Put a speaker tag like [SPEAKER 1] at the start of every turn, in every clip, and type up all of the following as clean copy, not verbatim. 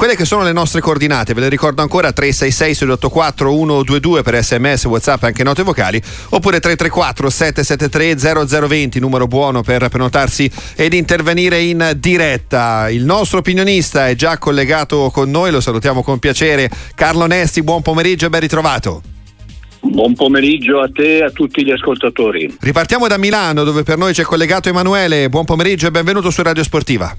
[SPEAKER 1] quelle che sono le nostre coordinate, ve le ricordo ancora: 366 684 122 per SMS, WhatsApp e anche note vocali, oppure 334 773 0020, numero buono per prenotarsi ed intervenire in diretta. Il nostro opinionista è già collegato con noi, lo salutiamo con piacere. Carlo Nesti, buon pomeriggio e ben ritrovato.
[SPEAKER 2] Buon pomeriggio a te e a tutti gli ascoltatori.
[SPEAKER 1] Ripartiamo da Milano, dove per noi c'è collegato Emanuele. Buon pomeriggio e benvenuto su Radio Sportiva.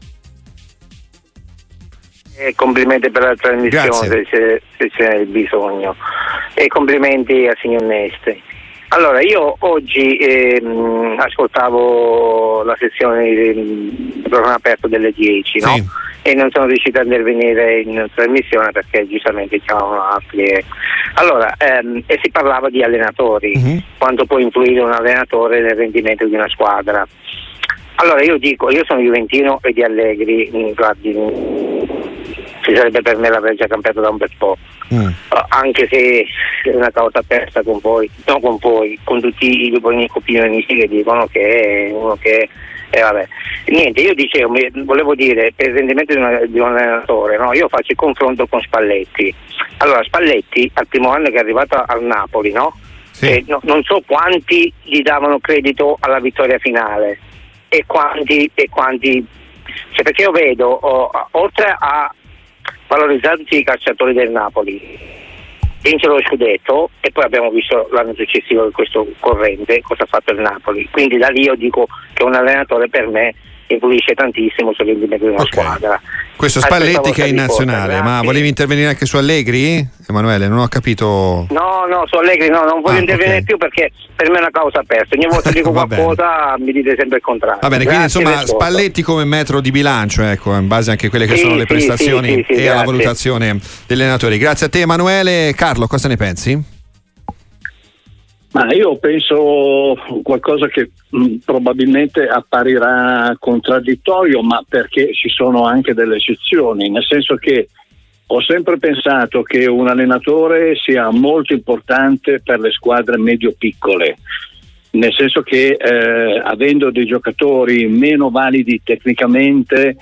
[SPEAKER 3] Complimenti per la trasmissione, se c'è il bisogno, e complimenti al signor Nesti. Allora, io oggi ascoltavo la sessione del programma aperto delle 10, no?
[SPEAKER 1] Sì.
[SPEAKER 3] E non sono riuscito a intervenire in trasmissione perché giustamente c'erano altri. Allora, e si parlava di allenatori, quanto può influire un allenatore nel rendimento di una squadra. Allora io dico, io sono juventino e di Allegri, guardi, ci sarebbe per me l'aver già cambiato da un bel po', anche se è una causa persa con voi, non con voi, con tutti gli opinionisti che dicono che è uno che vabbè. Niente, io dicevo, volevo dire, per il rendimento di un allenatore, no? Io faccio il confronto con Spalletti. Allora, Spalletti al primo anno che è arrivato al Napoli, no?
[SPEAKER 1] Sì.
[SPEAKER 3] Non so quanti gli davano credito alla vittoria finale e quanti cioè, perché io vedo, oltre a valorizzare tutti i calciatori del Napoli, vincere lo scudetto, e poi abbiamo visto l'anno successivo di questo corrente cosa ha fatto il Napoli, quindi da lì io dico che un allenatore per me influisce tantissimo sul rendimento di una squadra.
[SPEAKER 1] Questo Spalletti che è in nazionale, ma volevi intervenire anche su Allegri? Emanuele, non ho capito.
[SPEAKER 3] No, su Allegri non voglio intervenire più perché per me è una causa persa. Ogni volta dico qualcosa mi dite sempre il contrario.
[SPEAKER 1] Va bene, quindi insomma Spalletti come metro di bilancio, ecco, in base anche a quelle che sono le prestazioni e alla valutazione degli allenatori. Grazie a te Emanuele. Carlo, cosa ne pensi?
[SPEAKER 2] Ma io penso qualcosa che probabilmente apparirà contraddittorio, ma perché ci sono anche delle eccezioni, nel senso che ho sempre pensato che un allenatore sia molto importante per le squadre medio-piccole, nel senso che avendo dei giocatori meno validi tecnicamente,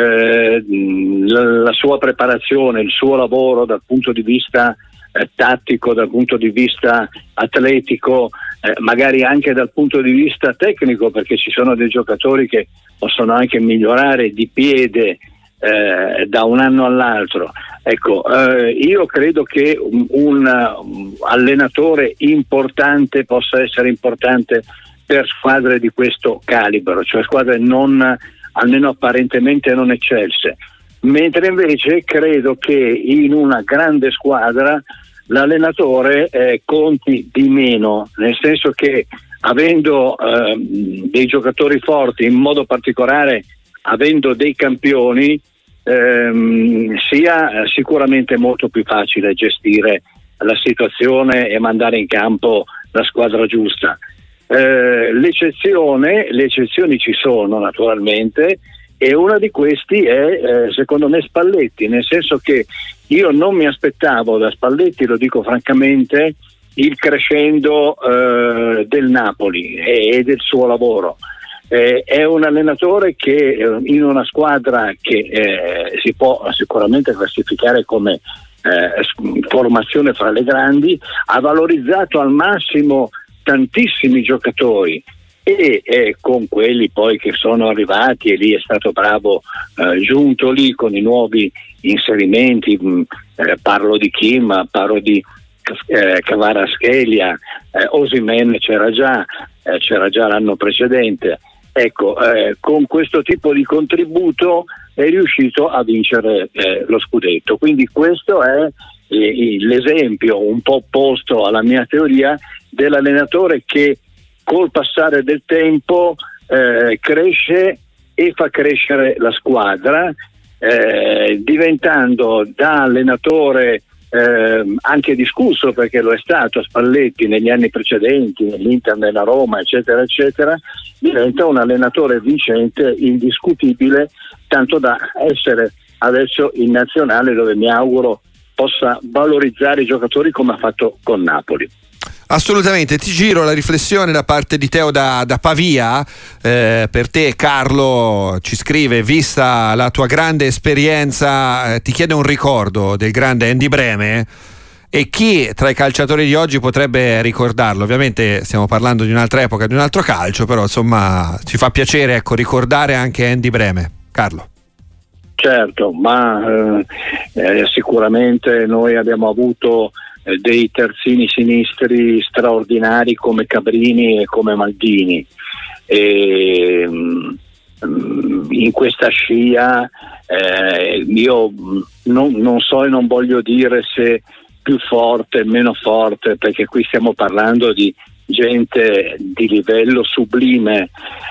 [SPEAKER 2] la sua preparazione, il suo lavoro dal punto di vista tattico, dal punto di vista atletico, magari anche dal punto di vista tecnico, perché ci sono dei giocatori che possono anche migliorare di piede da un anno all'altro. Ecco, io credo che un allenatore importante possa essere importante per squadre di questo calibro, cioè squadre non, almeno apparentemente non eccelse, mentre invece credo che in una grande squadra l'allenatore conti di meno, nel senso che avendo dei giocatori forti, in modo particolare avendo dei campioni, sia sicuramente molto più facile gestire la situazione e mandare in campo la squadra giusta. Le eccezioni ci sono naturalmente, e una di questi è secondo me Spalletti, nel senso che io non mi aspettavo da Spalletti, lo dico francamente, il crescendo del Napoli e del suo lavoro. È un allenatore che in una squadra che si può sicuramente classificare come formazione fra le grandi, ha valorizzato al massimo tantissimi giocatori, e con quelli poi che sono arrivati, e lì è stato bravo Giuntoli con i nuovi inserimenti, parlo di Kim, parlo di Kvaratskhelia, Osimhen c'era già l'anno precedente. Ecco, con questo tipo di contributo è riuscito a vincere lo scudetto, quindi questo è l'esempio un po' opposto alla mia teoria dell'allenatore che col passare del tempo cresce e fa crescere la squadra, diventando da allenatore anche discusso, perché lo è stato Spalletti negli anni precedenti, nell'Inter, nella Roma, eccetera eccetera, diventa un allenatore vincente, indiscutibile, tanto da essere adesso in nazionale, dove mi auguro possa valorizzare i giocatori come ha fatto con Napoli.
[SPEAKER 1] Assolutamente, ti giro la riflessione da parte di Teo da Pavia. Per te, Carlo, ci scrive: vista la tua grande esperienza, ti chiede un ricordo del grande Andy Breme, e chi tra i calciatori di oggi potrebbe ricordarlo? Ovviamente stiamo parlando di un'altra epoca, di un altro calcio, però insomma ci fa piacere, ecco, ricordare anche Andy Breme. Carlo.
[SPEAKER 2] Certo, ma sicuramente noi abbiamo avuto dei terzini sinistri straordinari come Cabrini e come Maldini, e in questa scia io non so e non voglio dire se più forte, meno forte, perché qui stiamo parlando di gente di livello sublime.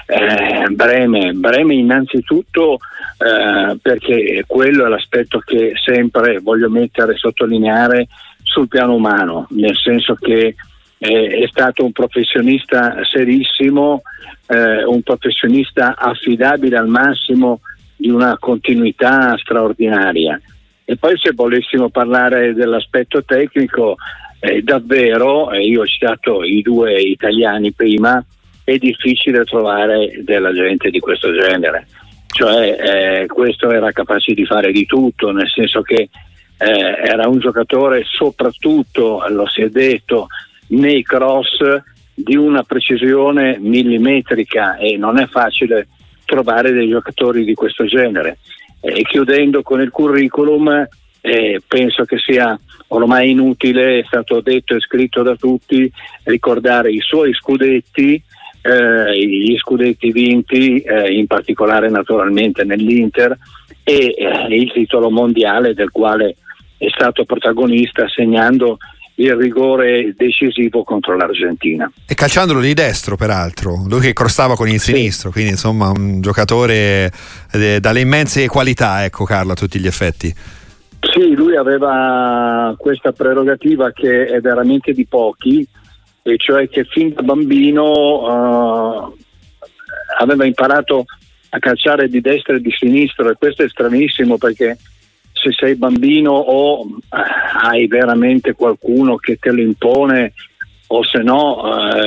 [SPEAKER 2] Breme innanzitutto perché quello è l'aspetto che sempre voglio mettere, sottolineare sul piano umano, nel senso che è stato un professionista serissimo, un professionista affidabile al massimo, di una continuità straordinaria. E poi, se volessimo parlare dell'aspetto tecnico, davvero, io ho citato i due italiani prima, è difficile trovare della gente di questo genere, cioè questo era capace di fare di tutto, nel senso che era un giocatore, soprattutto, lo si è detto, nei cross di una precisione millimetrica, e non è facile trovare dei giocatori di questo genere. E chiudendo con il curriculum, penso che sia ormai inutile, è stato detto e scritto da tutti, ricordare i suoi scudetti, gli scudetti vinti, in particolare naturalmente nell'Inter, e il titolo mondiale del quale è stato protagonista, segnando il rigore decisivo contro l'Argentina.
[SPEAKER 1] E calciandolo di destro, peraltro, lui che crostava con il sinistro, quindi insomma un giocatore dalle immense qualità, ecco, Carlo, a tutti gli effetti.
[SPEAKER 2] Sì, lui aveva questa prerogativa che è veramente di pochi, e cioè che fin da bambino aveva imparato a calciare di destra e di sinistro, e questo è stranissimo, perché se sei bambino o hai veramente qualcuno che te lo impone, o se no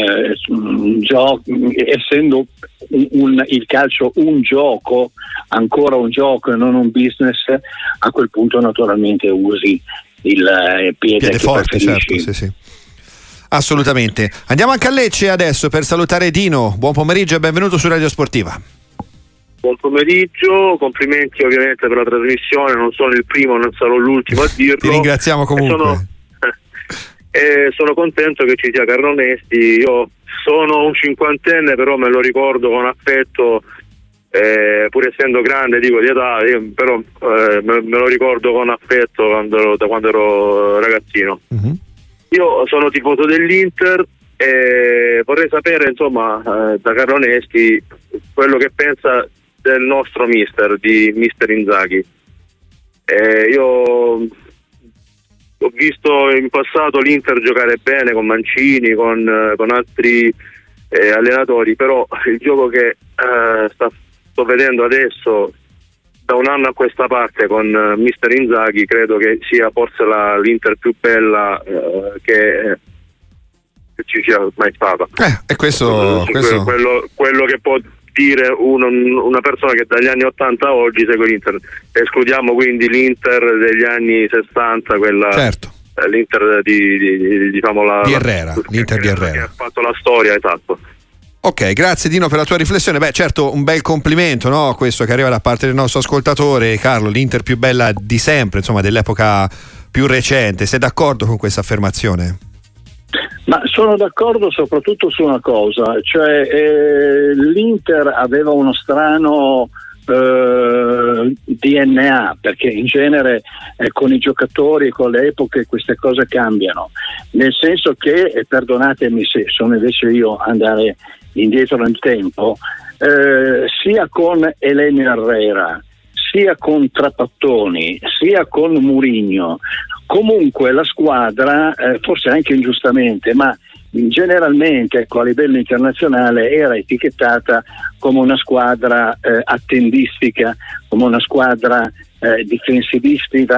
[SPEAKER 2] essendo il calcio un gioco, ancora un gioco e non un business, a quel punto naturalmente usi il piede
[SPEAKER 1] forte, certo, sì. Assolutamente. Andiamo anche a Lecce adesso per salutare Dino. Buon pomeriggio e benvenuto su Radio Sportiva.
[SPEAKER 4] Buon pomeriggio, complimenti ovviamente per la trasmissione, non sono il primo, non sarò l'ultimo a dirlo.
[SPEAKER 1] Ti ringraziamo comunque.
[SPEAKER 4] Sono contento che ci sia Carlo Onesti. Io sono un cinquantenne, però me lo ricordo con affetto, pur essendo grande, dico di età, però me lo ricordo con affetto da quando ero ragazzino. Uh-huh. Io sono tifoso dell'Inter e vorrei sapere, insomma, da Carlo Onesti quello che pensa del nostro mister Inzaghi. Io ho visto in passato l'Inter giocare bene con Mancini, con altri allenatori, però il gioco che sto vedendo adesso, da un anno a questa parte, con mister Inzaghi, credo che sia forse l'Inter più bella che ci sia mai stata.
[SPEAKER 1] E questo...
[SPEAKER 4] Quello che può dire una persona che dagli anni 80 a oggi segue l'Inter. Escludiamo quindi l'Inter degli anni 60, quella,
[SPEAKER 1] certo,
[SPEAKER 4] l'Inter di
[SPEAKER 1] Herrera, l'Inter di Herrera,
[SPEAKER 4] che ha fatto la storia, esatto.
[SPEAKER 1] Ok, grazie Dino per la tua riflessione. Beh, certo, un bel complimento, no? Questo che arriva da parte del nostro ascoltatore. Carlo, l'Inter più bella di sempre, insomma, dell'epoca più recente. Sei d'accordo con questa affermazione?
[SPEAKER 2] Ma sono d'accordo soprattutto su una cosa, cioè l'Inter aveva uno strano DNA, perché in genere con i giocatori e con le epoche queste cose cambiano, nel senso che, perdonatemi se sono invece io andare indietro nel tempo, sia con Elenio Herrera, sia con Trapattoni, sia con Mourinho, comunque la squadra, forse anche ingiustamente, ma generalmente a livello internazionale era etichettata come una squadra attendistica, come una squadra difensivistica,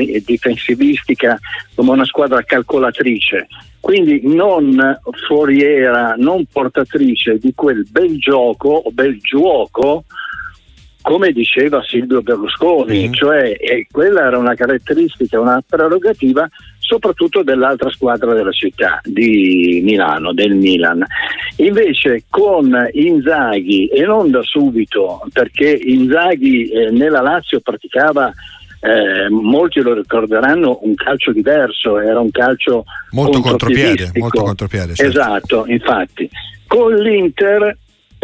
[SPEAKER 2] come una squadra calcolatrice, quindi non foriera, non portatrice di quel bel gioco o bel giuoco, come diceva Silvio Berlusconi, cioè quella era una caratteristica, una prerogativa soprattutto dell'altra squadra della città, di Milano, del Milan. Invece con Inzaghi, e non da subito, perché Inzaghi nella Lazio praticava, molti lo ricorderanno, un calcio diverso, era un calcio
[SPEAKER 1] molto contropiede, certo.
[SPEAKER 2] Esatto, infatti. Con l'Inter,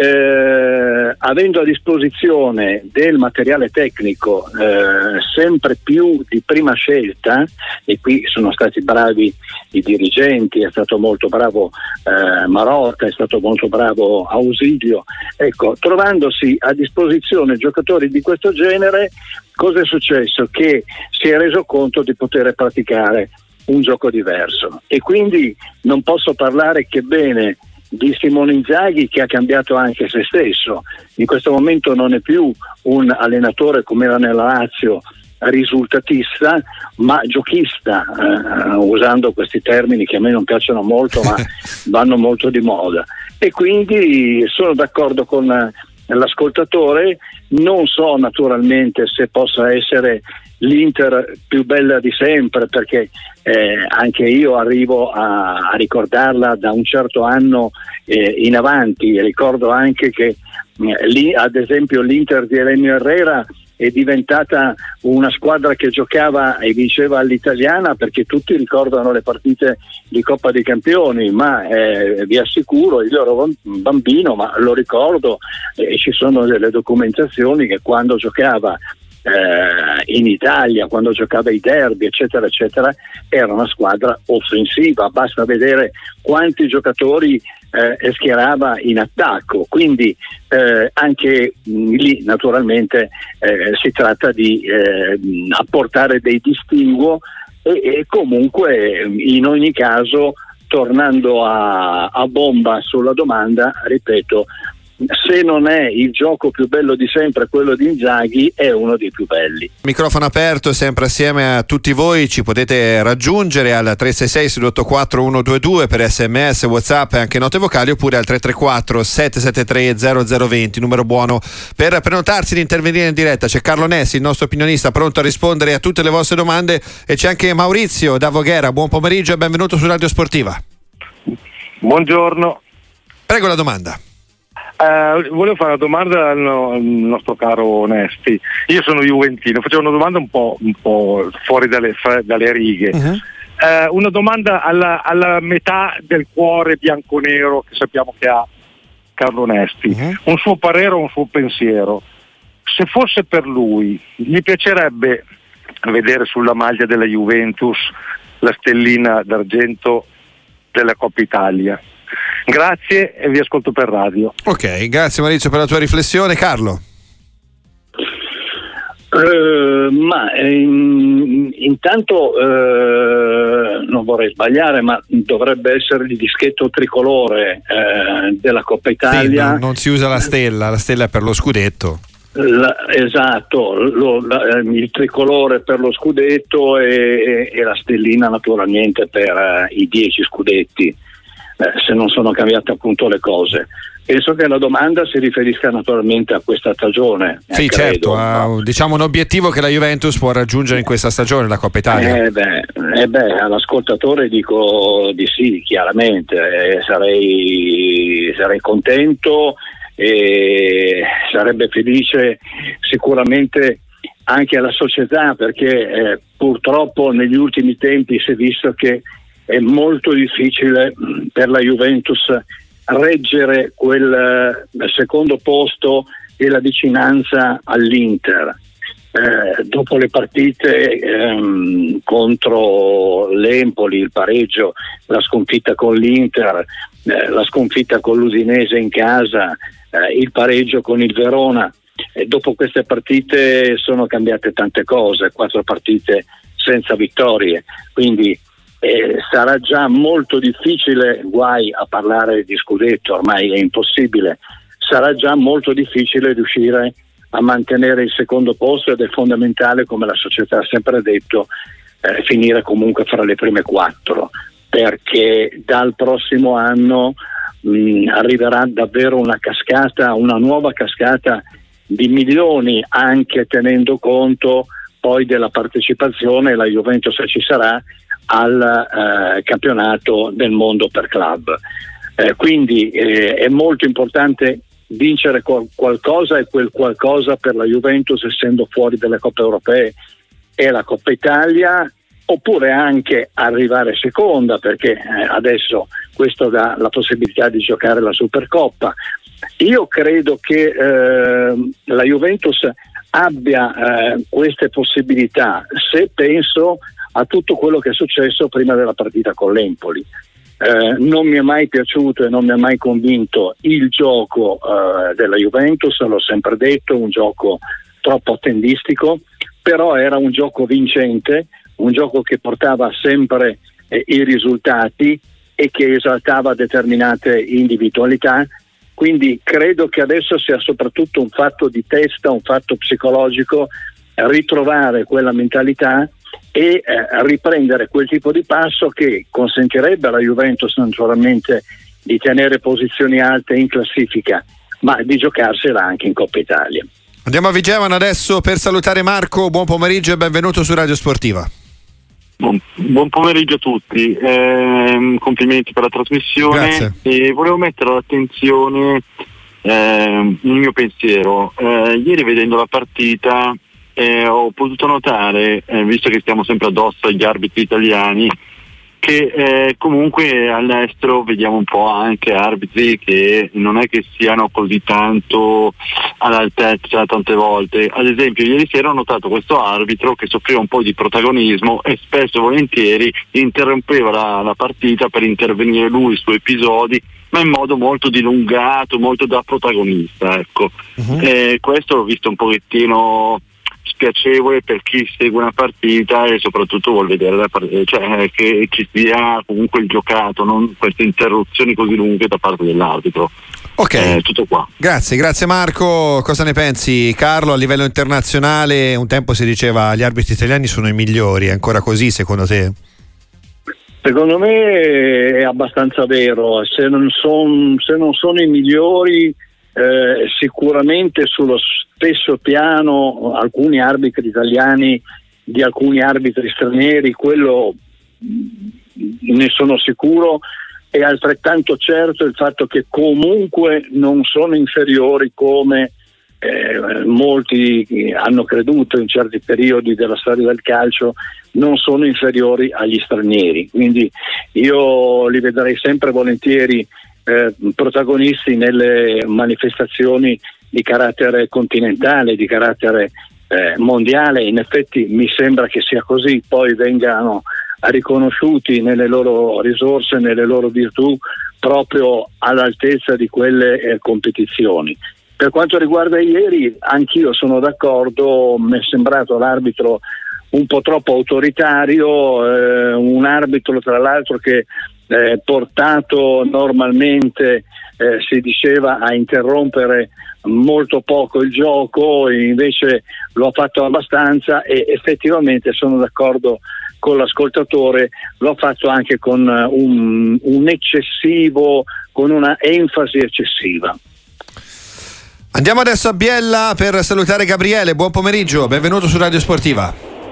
[SPEAKER 2] avendo a disposizione del materiale tecnico sempre più di prima scelta, e qui sono stati bravi i dirigenti, è stato molto bravo Marotta, è stato molto bravo Ausilio, ecco, trovandosi a disposizione giocatori di questo genere, cosa è successo? Che si è reso conto di poter praticare un gioco diverso, e quindi non posso parlare che bene di Simone Inzaghi, che ha cambiato anche se stesso. In questo momento non è più un allenatore come era nella Lazio, risultatista, ma giochista, usando questi termini che a me non piacciono molto ma vanno molto di moda, e quindi sono d'accordo con l'ascoltatore. Non so naturalmente se possa essere l'Inter più bella di sempre, perché anche io arrivo a ricordarla da un certo anno in avanti. Ricordo anche che lì, ad esempio, l'Inter di Elenio Herrera è diventata una squadra che giocava e vinceva all'italiana, perché tutti ricordano le partite di Coppa dei Campioni, ma vi assicuro, io ero un bambino ma lo ricordo, e ci sono delle documentazioni che quando giocava in Italia, quando giocava i derby eccetera eccetera, era una squadra offensiva, basta vedere quanti giocatori schierava in attacco, quindi anche lì naturalmente si tratta di apportare dei distinguo, e comunque in ogni caso, tornando a bomba sulla domanda, ripeto, se non è il gioco più bello di sempre quello di Inzaghi, è uno dei più belli.
[SPEAKER 1] Microfono aperto, sempre assieme a tutti voi. Ci potete raggiungere al 366-684-122 per SMS, WhatsApp e anche note vocali, oppure al 334-773-0020, numero buono per prenotarsi di intervenire in diretta. C'è Carlo Nessi, il nostro opinionista, pronto a rispondere a tutte le vostre domande, e c'è anche Maurizio da Voghera. Buon pomeriggio e benvenuto su Radio Sportiva.
[SPEAKER 5] Buongiorno.
[SPEAKER 1] Prego, la domanda.
[SPEAKER 5] Volevo fare una domanda al nostro caro Nesti. Io sono juventino, facevo una domanda un po' fuori dalle righe. Una domanda alla metà del cuore bianconero che sappiamo che ha Carlo Nesti. Un suo parere o un suo pensiero. Se fosse per lui, gli piacerebbe vedere sulla maglia della Juventus la stellina d'argento della Coppa Italia? Grazie e vi ascolto per radio.
[SPEAKER 1] Ok, grazie Maurizio per la tua riflessione. Carlo?
[SPEAKER 2] Intanto non vorrei sbagliare, ma dovrebbe essere il dischetto tricolore della Coppa Italia.
[SPEAKER 1] Sì, non si usa la stella è per lo scudetto.
[SPEAKER 2] Esatto, il tricolore per lo scudetto e la stellina naturalmente per i 10 scudetti. Se non sono cambiate appunto le cose. Penso che la domanda si riferisca naturalmente a questa stagione.
[SPEAKER 1] Sì,
[SPEAKER 2] credo,
[SPEAKER 1] certo,
[SPEAKER 2] no?
[SPEAKER 1] Diciamo un obiettivo che la Juventus può raggiungere in questa stagione, la Coppa Italia.
[SPEAKER 2] All'ascoltatore dico di sì, chiaramente. Sarei contento e sarebbe felice sicuramente anche alla società, perché purtroppo negli ultimi tempi si è visto che è molto difficile per la Juventus reggere quel secondo posto e la vicinanza all'Inter. Dopo le partite contro l'Empoli, il pareggio, la sconfitta con l'Inter, la sconfitta con l'Udinese in casa, il pareggio con il Verona, dopo queste partite sono cambiate tante cose, 4 partite senza vittorie, quindi sarà già molto difficile, guai a parlare di scudetto, ormai è impossibile, sarà già molto difficile riuscire a mantenere il secondo posto, ed è fondamentale, come la società ha sempre detto, finire comunque fra le prime 4, perché dal prossimo anno arriverà davvero una nuova cascata di milioni, anche tenendo conto poi della partecipazione, la Juventus se ci sarà, al campionato del mondo per club. Quindi è molto importante vincere qualcosa, e quel qualcosa per la Juventus, essendo fuori dalle coppe europee, è la Coppa Italia, oppure anche arrivare seconda, perché adesso questo dà la possibilità di giocare la Supercoppa. Io credo che la Juventus abbia queste possibilità, se penso a tutto quello che è successo prima della partita con l'Empoli. Non mi è mai piaciuto e non mi ha mai convinto il gioco della Juventus, l'ho sempre detto, un gioco troppo attendistico, però era un gioco vincente, un gioco che portava sempre i risultati e che esaltava determinate individualità. Quindi credo che adesso sia soprattutto un fatto di testa, un fatto psicologico, ritrovare quella mentalità e riprendere quel tipo di passo che consentirebbe alla Juventus naturalmente di tenere posizioni alte in classifica, ma di giocarsela anche in Coppa Italia.
[SPEAKER 1] Andiamo a Vigevano adesso per salutare Marco. Buon pomeriggio e benvenuto su Radio Sportiva.
[SPEAKER 6] Buon pomeriggio a tutti, complimenti per la trasmissione.
[SPEAKER 1] Grazie.
[SPEAKER 6] E volevo mettere all'attenzione il mio pensiero. Ieri, vedendo la partita, ho potuto notare, visto che stiamo sempre addosso agli arbitri italiani, che comunque all'estero vediamo un po' anche arbitri che non è che siano così tanto all'altezza tante volte. Ad esempio ieri sera ho notato questo arbitro che soffriva un po' di protagonismo e spesso e volentieri interrompeva la partita per intervenire lui su episodi, ma in modo molto dilungato, molto da protagonista, ecco. Questo l'ho visto un pochettino spiacevole per chi segue una partita e soprattutto vuol vedere la partita, cioè che ci sia comunque il giocato, non queste interruzioni così lunghe da parte dell'arbitro.
[SPEAKER 1] Ok,
[SPEAKER 6] tutto qua.
[SPEAKER 1] Grazie Marco. Cosa ne pensi, Carlo? A livello internazionale un tempo si diceva gli arbitri italiani sono i migliori, è ancora così secondo te?
[SPEAKER 2] Secondo me è abbastanza vero, se non sono i migliori, sicuramente sullo stesso piano alcuni arbitri italiani di alcuni arbitri stranieri, quello ne sono sicuro. È altrettanto certo il fatto che comunque non sono inferiori come molti hanno creduto in certi periodi della storia del calcio, non sono inferiori agli stranieri, quindi io li vedrei sempre volentieri protagonisti nelle manifestazioni di carattere continentale, di carattere mondiale. In effetti mi sembra che sia così, poi vengano riconosciuti nelle loro risorse, nelle loro virtù, proprio all'altezza di quelle competizioni. Per quanto riguarda ieri, anch'io sono d'accordo, mi è sembrato l'arbitro un po' troppo autoritario, un arbitro tra l'altro che portato normalmente si diceva a interrompere molto poco il gioco, invece lo ha fatto abbastanza e effettivamente sono d'accordo con l'ascoltatore, lo ha fatto anche con un eccessivo, con una enfasi eccessiva.
[SPEAKER 1] Andiamo adesso a Biella per salutare Gabriele. Buon pomeriggio, benvenuto su Radio Sportiva.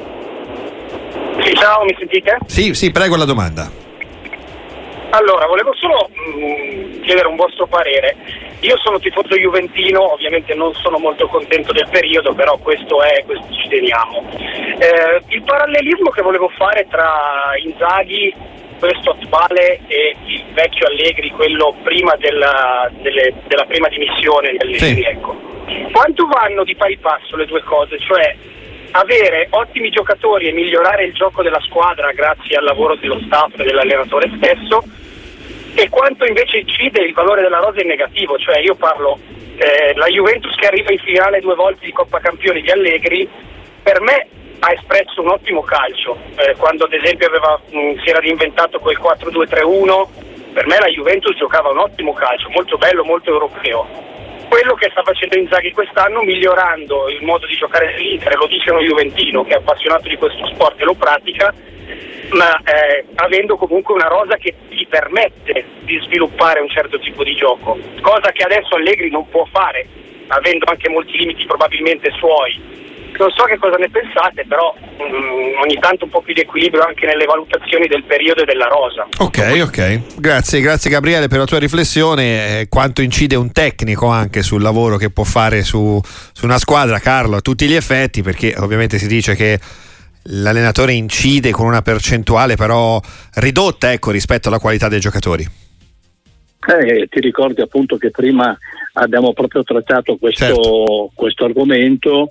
[SPEAKER 7] Sì, ciao, mi sentite?
[SPEAKER 1] Sì, prego la domanda.
[SPEAKER 7] Allora, volevo solo chiedere un vostro parere. Io sono tifoso juventino, ovviamente non sono molto contento del periodo, però questo ci teniamo. Il parallelismo che volevo fare tra Inzaghi, questo attuale, e il vecchio Allegri, quello prima della prima dimissione di Allegri, sì. Ecco. Quanto vanno di pari passo le due cose? Cioè avere ottimi giocatori e migliorare il gioco della squadra grazie al lavoro dello staff e dell'allenatore stesso, e quanto invece incide il valore della rosa in negativo? Cioè io parlo la Juventus che arriva in finale 2 volte di Coppa Campioni di Allegri, per me ha espresso un ottimo calcio, quando ad esempio si era reinventato quel 4-2-3-1, per me la Juventus giocava un ottimo calcio, molto bello, molto europeo. Quello che sta facendo Inzaghi quest'anno, migliorando il modo di giocare dell'Inter, lo dice uno juventino che è appassionato di questo sport e lo pratica, ma avendo comunque una rosa che gli permette di sviluppare un certo tipo di gioco, cosa che adesso Allegri non può fare, avendo anche molti limiti probabilmente suoi. Non so che cosa ne pensate, però ogni tanto un po' più di equilibrio anche nelle valutazioni del periodo e della rosa.
[SPEAKER 1] Ok. Grazie Gabriele per la tua riflessione. Quanto incide un tecnico anche sul lavoro che può fare su una squadra, Carlo, a tutti gli effetti, perché ovviamente si dice che l'allenatore incide con una percentuale però ridotta, ecco, rispetto alla qualità dei giocatori.
[SPEAKER 2] Ti ricordi appunto che prima abbiamo proprio trattato questo argomento.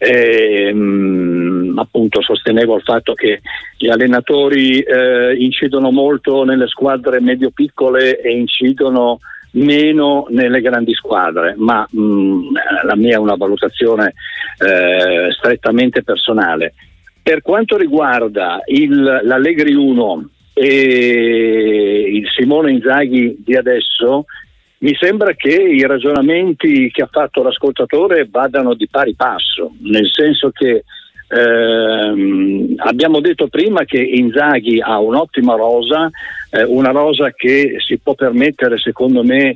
[SPEAKER 2] Appunto sostenevo il fatto che gli allenatori incidono molto nelle squadre medio-piccole e incidono meno nelle grandi squadre, ma la mia è una valutazione strettamente personale. Per quanto riguarda l'Allegri 1 e il Simone Inzaghi di adesso, mi sembra che i ragionamenti che ha fatto l'ascoltatore vadano di pari passo, nel senso che abbiamo detto prima che Inzaghi ha un'ottima rosa, una rosa che si può permettere secondo me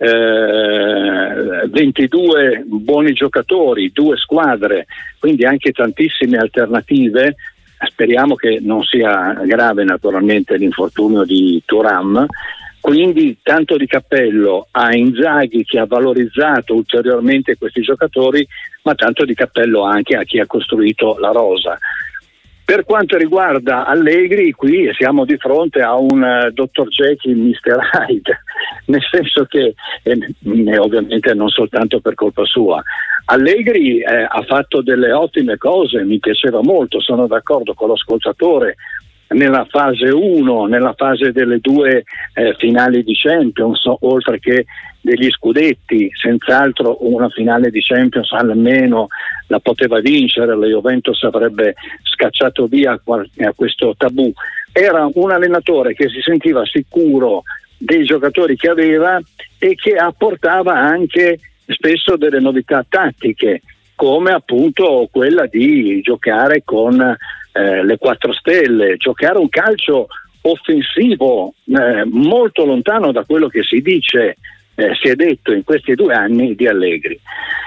[SPEAKER 2] 22 buoni giocatori, 2 squadre, quindi anche tantissime alternative. Speriamo che non sia grave naturalmente l'infortunio di Thuram. Quindi tanto di cappello a Inzaghi che ha valorizzato ulteriormente questi giocatori, ma tanto di cappello anche a chi ha costruito la rosa. Per quanto riguarda Allegri, qui siamo di fronte a un Dr. Jekyll, Mr. Hyde, nel senso che, ovviamente non soltanto per colpa sua, Allegri ha fatto delle ottime cose, mi piaceva molto, sono d'accordo con l'ascoltatore, nella fase 1, nella fase delle 2 finali di Champions, oltre che degli scudetti, senz'altro una finale di Champions almeno la poteva vincere, la Juventus avrebbe scacciato via questo tabù. Era un allenatore che si sentiva sicuro dei giocatori che aveva e che apportava anche spesso delle novità tattiche, come appunto quella di giocare con le 4 stelle, giocare un calcio offensivo molto lontano da quello che si è detto in questi 2 anni di Allegri.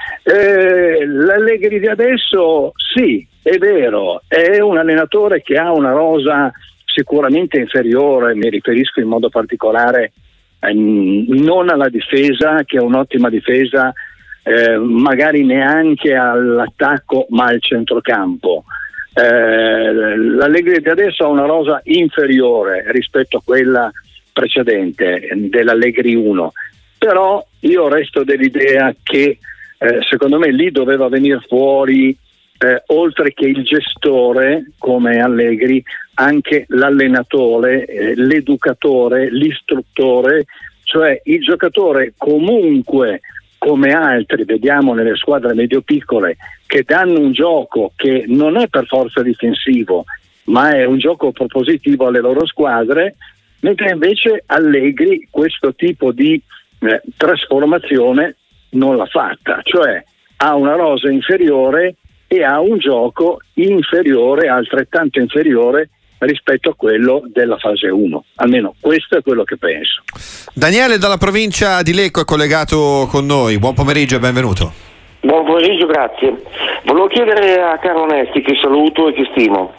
[SPEAKER 2] L'Allegri di adesso, sì, è vero, è un allenatore che ha una rosa sicuramente inferiore, mi riferisco in modo particolare non alla difesa, che è un'ottima difesa, magari neanche all'attacco, ma al centrocampo. L'Allegri di adesso ha una rosa inferiore rispetto a quella precedente dell'Allegri 1, però io resto dell'idea che secondo me lì doveva venire fuori oltre che il gestore come Allegri anche l'allenatore, l'educatore, l'istruttore, cioè il giocatore comunque come altri vediamo nelle squadre medio-piccole che danno un gioco che non è per forza difensivo ma è un gioco propositivo alle loro squadre, mentre invece Allegri questo tipo di trasformazione non l'ha fatta, cioè ha una rosa inferiore e ha un gioco inferiore, altrettanto inferiore rispetto a quello della fase 1, almeno questo è quello che penso.
[SPEAKER 1] Daniele dalla provincia di Lecco è collegato con noi, buon pomeriggio e benvenuto.
[SPEAKER 8] Buon pomeriggio, grazie. Volevo chiedere a Carlo Nesti, che saluto e che stimo,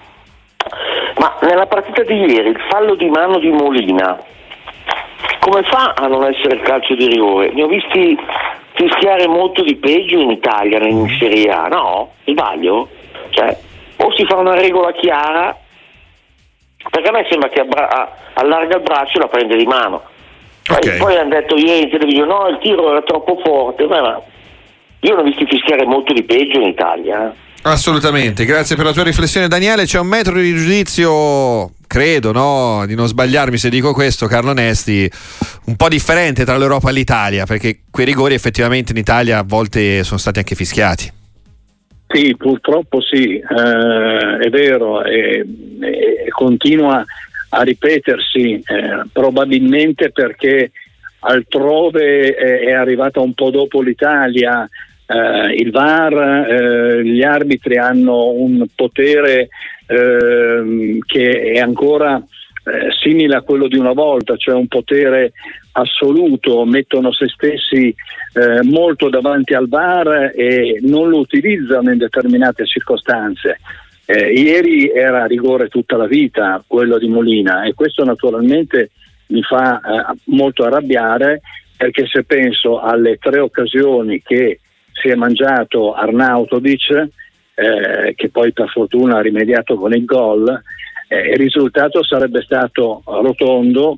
[SPEAKER 8] ma nella partita di ieri il fallo di mano di Molina come fa a non essere calcio di rigore? Ne ho visti fischiare molto di peggio in Italia, in Serie A, no? Sbaglio? Cioè, o si fa una regola chiara, perché a me sembra che allarga il braccio e la prende di mano.
[SPEAKER 1] Okay.
[SPEAKER 8] Poi hanno detto ieri in televisione no, il tiro era troppo forte, ma io ne ho visti fischiare molto di peggio in Italia.
[SPEAKER 1] Assolutamente, grazie per la tua riflessione Daniele. C'è un metro di giudizio, credo, no, di non sbagliarmi se dico questo, Carlo Nesti, un po' differente tra l'Europa e l'Italia, perché quei rigori effettivamente in Italia a volte sono stati anche fischiati.
[SPEAKER 2] Sì, purtroppo sì, è vero, e continua a ripetersi, probabilmente perché altrove è arrivata un po' dopo l'Italia. Il VAR, gli arbitri hanno un potere che è ancora simile a quello di una volta, cioè un potere assoluto, mettono se stessi molto davanti al VAR e non lo utilizzano in determinate circostanze. Ieri era rigore tutta la vita quello di Molina, e questo naturalmente mi fa molto arrabbiare, perché se penso alle 3 occasioni che si è mangiato Arnautovic, che poi per fortuna ha rimediato con il gol, il risultato sarebbe stato rotondo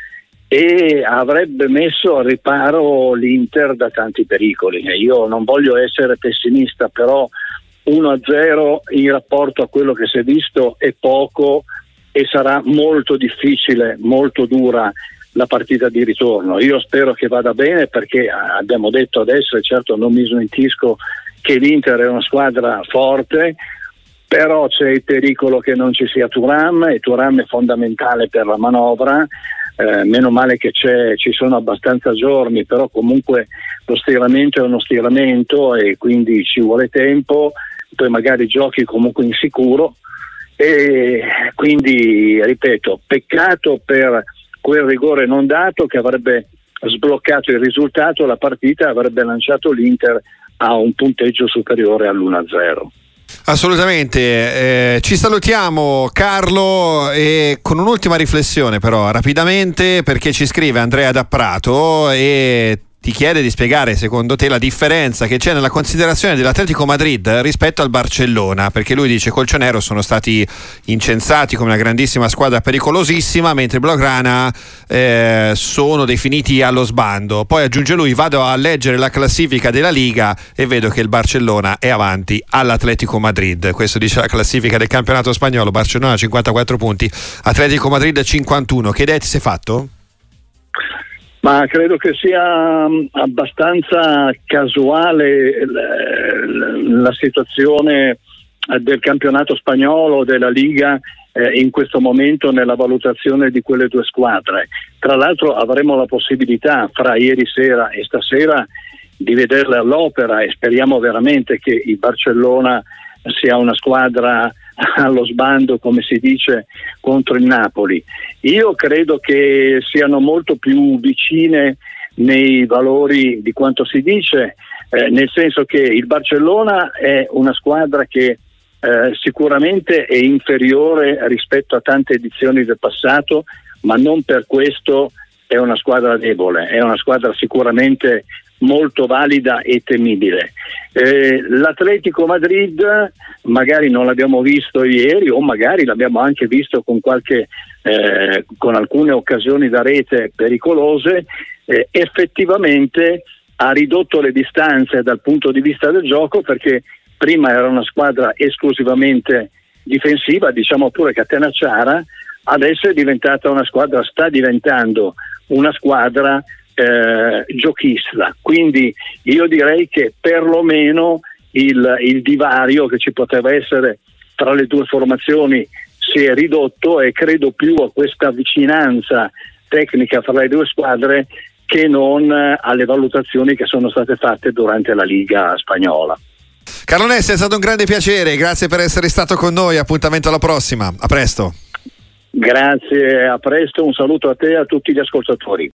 [SPEAKER 2] e avrebbe messo al riparo l'Inter da tanti pericoli. Io non voglio essere pessimista, però 1-0 in rapporto a quello che si è visto è poco, e sarà molto difficile, molto dura la partita di ritorno. Io spero che vada bene, perché abbiamo detto adesso, e certo non mi smentisco, che l'Inter è una squadra forte, però c'è il pericolo che non ci sia Thuram, e Thuram è fondamentale per la manovra. Meno male che ci sono abbastanza giorni, però comunque lo stiramento è uno stiramento e quindi ci vuole tempo, poi magari giochi comunque insicuro, e quindi ripeto, peccato per quel rigore non dato che avrebbe sbloccato il risultato, la partita avrebbe lanciato l'Inter a un punteggio superiore all'1-0.
[SPEAKER 1] Assolutamente, ci salutiamo Carlo, e con un'ultima riflessione però rapidamente, perché ci scrive Andrea da Prato e ti chiede di spiegare secondo te la differenza che c'è nella considerazione dell'Atletico Madrid rispetto al Barcellona, perché lui dice colchonero sono stati incensati come una grandissima squadra pericolosissima, mentre i Blaugrana sono definiti allo sbando. Poi aggiunge lui: vado a leggere la classifica della Liga e vedo che il Barcellona è avanti all'Atletico Madrid. Questo dice la classifica del campionato spagnolo: Barcellona 54 punti, Atletico Madrid 51. Che idea ti sei fatto?
[SPEAKER 2] Ma credo che sia abbastanza casuale la situazione del campionato spagnolo, della Liga, in questo momento nella valutazione di quelle 2 squadre. Tra l'altro avremo la possibilità fra ieri sera e stasera di vederle all'opera, e speriamo veramente che il Barcellona sia una squadra allo sbando, come si dice, contro il Napoli. Io credo che siano molto più vicine nei valori di quanto si dice, nel senso che il Barcellona è una squadra che sicuramente è inferiore rispetto a tante edizioni del passato, ma non per questo è una squadra debole, è una squadra sicuramente molto valida e temibile. L'Atletico Madrid magari non l'abbiamo visto ieri, o magari l'abbiamo anche visto con alcune occasioni da rete pericolose, effettivamente ha ridotto le distanze dal punto di vista del gioco, perché prima era una squadra esclusivamente difensiva, diciamo pure catenacciara, adesso sta diventando una squadra giochista. Quindi io direi che perlomeno il divario che ci poteva essere tra le 2 formazioni si è ridotto, e credo più a questa vicinanza tecnica fra le 2 squadre che non alle valutazioni che sono state fatte durante la Liga spagnola.
[SPEAKER 1] Carlo Nesti, è stato un grande piacere, grazie per essere stato con noi, appuntamento alla prossima, a presto.
[SPEAKER 2] Grazie, a presto, un saluto a te e a tutti gli ascoltatori.